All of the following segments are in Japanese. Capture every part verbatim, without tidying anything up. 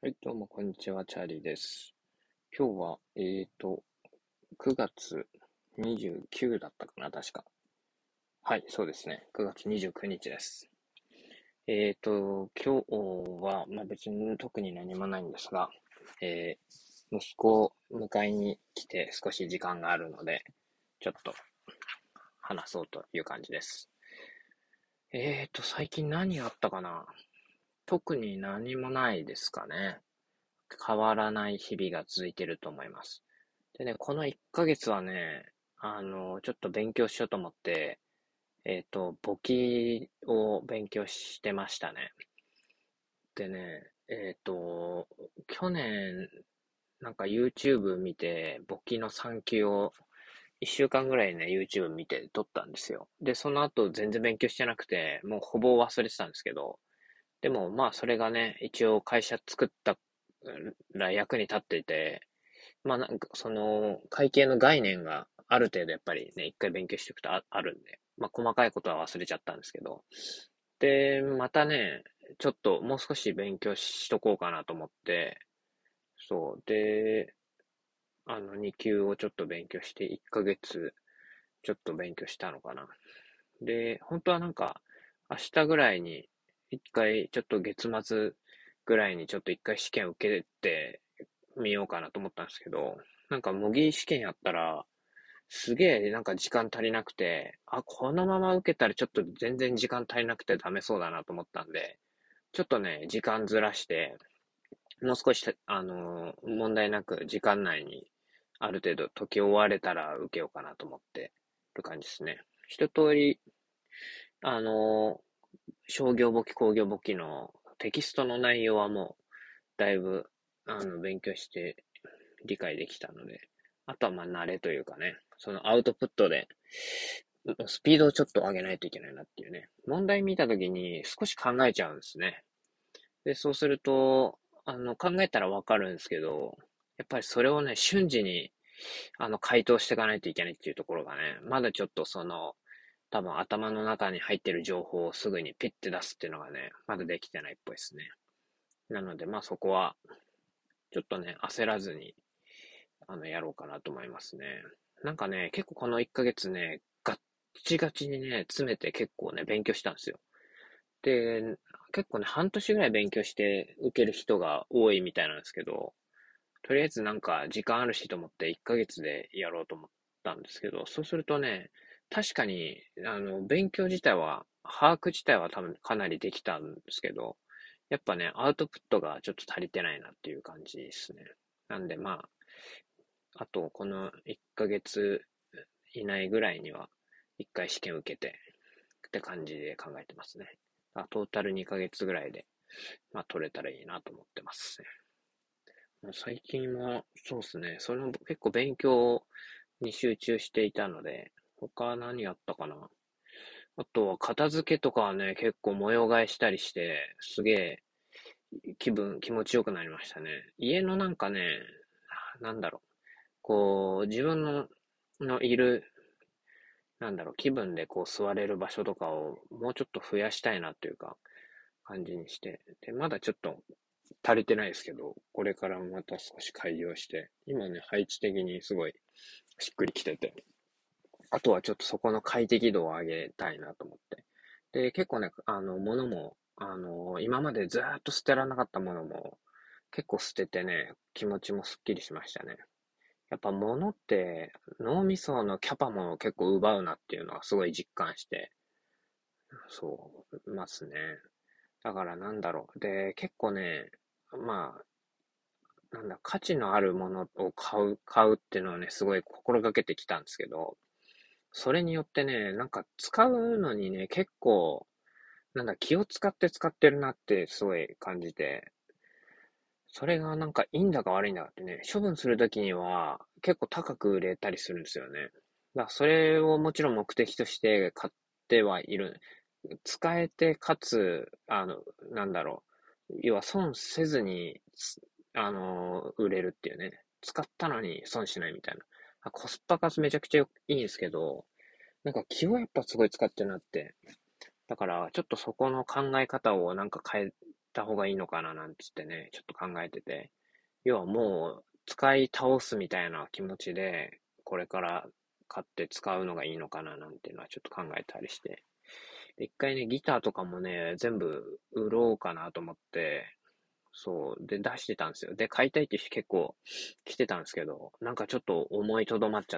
はい、どうも、こんにちは、チャーリーです。今日は、えーと、くがつにじゅうくだったかな、確か。はい、そうですね。くがつにじゅうくにちです。えーと、今日は、まあ別に特に何もないんですが、えー、息子を迎えに来て少し時間があるので、ちょっと話そうという感じです。えーと、最近何があったかな。特に何もないですかね。変わらない日々が続いていると思います。でね、このいっかげつはね、あの、ちょっと勉強しようと思って、えっと、簿記を勉強してましたね。でね、えっと、去年、なんか YouTube 見て、簿記のさん級をいっしゅうかんぐらいね、YouTube 見て撮ったんですよ。で、その後全然勉強してなくて、もうほぼ忘れてたんですけど、でもまあそれがね、一応会社作ったら役に立っていて、まあなんか、その、会計の概念がある程度やっぱりね、一回勉強しておくとあ、あるんで、まあ細かいことは忘れちゃったんですけど、で、またね、ちょっともう少し勉強しとこうかなと思って、そう、で、あの、に級をちょっと勉強して、いっかげつちょっと勉強したのかな。で、本当はなんか、明日ぐらいに、一回、ちょっと月末ぐらいにちょっと一回試験受けてみようかなと思ったんですけど、なんか模擬試験やったら、すげえなんか時間足りなくて、あ、このまま受けたらちょっと全然時間足りなくてダメそうだなと思ったんで、ちょっとね、時間ずらして、もう少し、あのー問題なく時間内にある程度解き終われたら受けようかなと思ってる感じですね。一通り、あのー商業簿記、工業簿記のテキストの内容はもうだいぶ、あの、勉強して理解できたので、あとはまあ慣れというかね、そのアウトプットでスピードをちょっと上げないといけないなっていうね。問題見たときに少し考えちゃうんですね。で、そうすると、あの、考えたらわかるんですけど、やっぱりそれをね、瞬時に、あの、回答していかないといけないっていうところがね、まだちょっとその、多分頭の中に入ってる情報をすぐにピッて出すっていうのがね、まだできてないっぽいですね。なので、まあそこは、ちょっとね、焦らずに、あの、やろうかなと思いますね。なんかね、結構このいっかげつね、ガッチガチにね、詰めて結構ね、勉強したんですよ。で、結構ね、半年ぐらい勉強して受ける人が多いみたいなんですけど、とりあえずなんか時間あるしと思っていっかげつでやろうと思ったんですけど、そうするとね、確かに、あの、勉強自体は、把握自体は多分かなりできたんですけど、やっぱね、アウトプットがちょっと足りてないなっていう感じですね。なんでまあ、あとこのいっかげつ以内ぐらいにはいっかい試験受けてって感じで考えてますね。あトータルにかげつぐらいで、まあ、取れたらいいなと思ってますね。最近は、そうですね、それも結構勉強に集中していたので、他何やったかな。あとは片付けとかはね、結構模様替えしたりして、すげえ気分、気持ちよくなりましたね。家のなんかね、なんだろう、こう、自分の、のいる、なんだろう、気分でこう座れる場所とかをもうちょっと増やしたいなっていうか、感じにして。で、まだちょっと足りてないですけど、これからまた少し改良して、今ね、配置的にすごいしっくりきてて、あとはちょっとそこの快適度を上げたいなと思って。で、結構ね、あの、物も、あの、今までずーっと捨てられなかったものも、結構捨ててね、気持ちもすっきりしましたね。やっぱ物って脳みそのキャパも結構奪うなっていうのはすごい実感して、そう、ますね。だからなんだろう。で、結構ね、まあ、なんだ、価値のあるものを買う、買うっていうのをね、すごい心がけてきたんですけど、それによってね、なんか使うのにね、結構、なんだ、気を使って使ってるなってすごい感じて、それがなんかいいんだか悪いんだかってね、処分するときには結構高く売れたりするんですよね。だからそれをもちろん目的として買ってはいる。使えて、かつ、あの、なんだろう。要は損せずに、あの、売れるっていうね。使ったのに損しないみたいな。あコスパがめちゃくちゃいいんですけど、なんか気をやっぱすごい使ってるなって。だから、ちょっとそこの考え方をなんか変えた方がいいのかななんつってね、ちょっと考えてて。要はもう、使い倒すみたいな気持ちで、これから買って使うのがいいのかななんていうのはちょっと考えたりして。で一回ね、ギターとかもね、全部売ろうかなと思って、そう。で、出してたんですよ。で、買いたいって人結構来てたんですけど、なんかちょっと思いとどまっちゃって、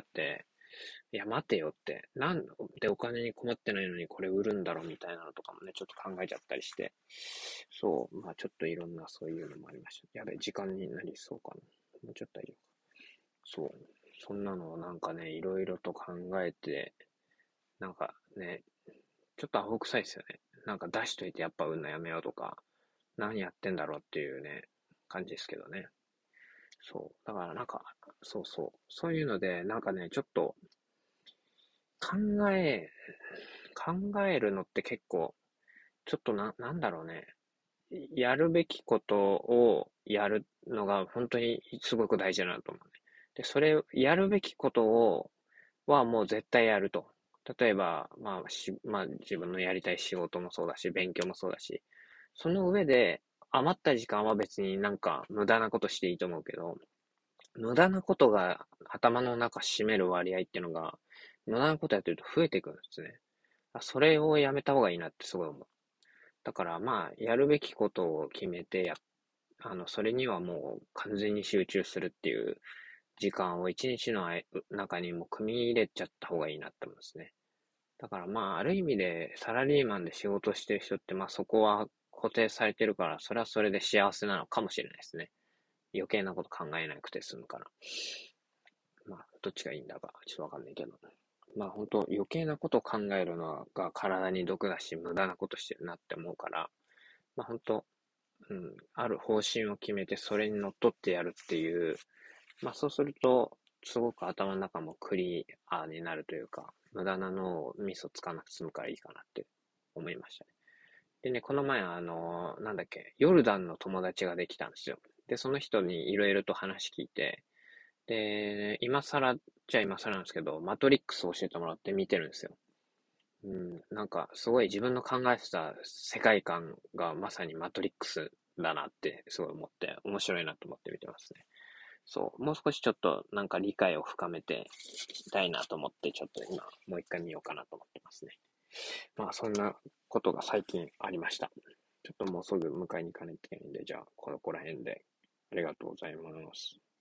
いや、待てよって。なんでお金に困ってないのにこれ売るんだろうみたいなのとかもね、ちょっと考えちゃったりして。そう。まあちょっといろんなそういうのもありました。やべ、時間になりそうかな。もうちょっといいよ。そう。そんなのをなんかね、いろいろと考えて、なんかね、ちょっとアホ臭いですよね。なんか出しといてやっぱ売るのやめようとか、何やってんだろうっていうね、感じですけどね。そう。だからなんか、そうそう。そういうので、なんかね、ちょっと考え、考えるのって結構、ちょっとな、なんだろうね。やるべきことをやるのが本当にすごく大事だなと思うね。で、それ、やるべきことを、はもう絶対やると。例えば、まあ、し、まあ自分のやりたい仕事もそうだし、勉強もそうだし、その上で余った時間は別になんか無駄なことしていいと思うけど、無駄なことが頭の中占める割合っていうのが、無駄なことやってると増えていくんですね。それをやめた方がいいなってすごい思う。だからまあ、やるべきことを決めてや、あの、それにはもう完全に集中するっていう時間を一日の中にも組み入れちゃった方がいいなって思うんですね。だからまあ、ある意味でサラリーマンで仕事してる人って、まあそこは固定されてるから、それはそれで幸せなのかもしれないですね。余計なこと考えなくて済むから。まあ、どっちがいいんだか、ちょっとわかんないけど。まあ、本当余計なことを考えるのが体に毒だし、無駄なことしてるなって思うから、まあ、本当うん、ある方針を決めて、それにのっとってやるっていう、まあ、そうすると、すごく頭の中もクリアになるというか、無駄なのをミスをつかなくて済むからいいかなって思いましたね。でね、この前、あの、なんだっけ、ヨルダンの友達ができたんですよ。で、その人にいろいろと話聞いて、で、今更じゃ今更なんですけど、マトリックスを教えてもらって見てるんですよ。うん、なんか、すごい自分の考えてた世界観がまさにマトリックスだなって、すごい思って、面白いなと思って見てますね。そう、もう少しちょっとなんか理解を深めていきたいなと思って、ちょっと今、もう一回見ようかなと思ってますね。まあ、そんなことが最近ありました。ちょっともうすぐ迎えに行かないといけないんで、じゃあ、ここら辺でありがとうございます。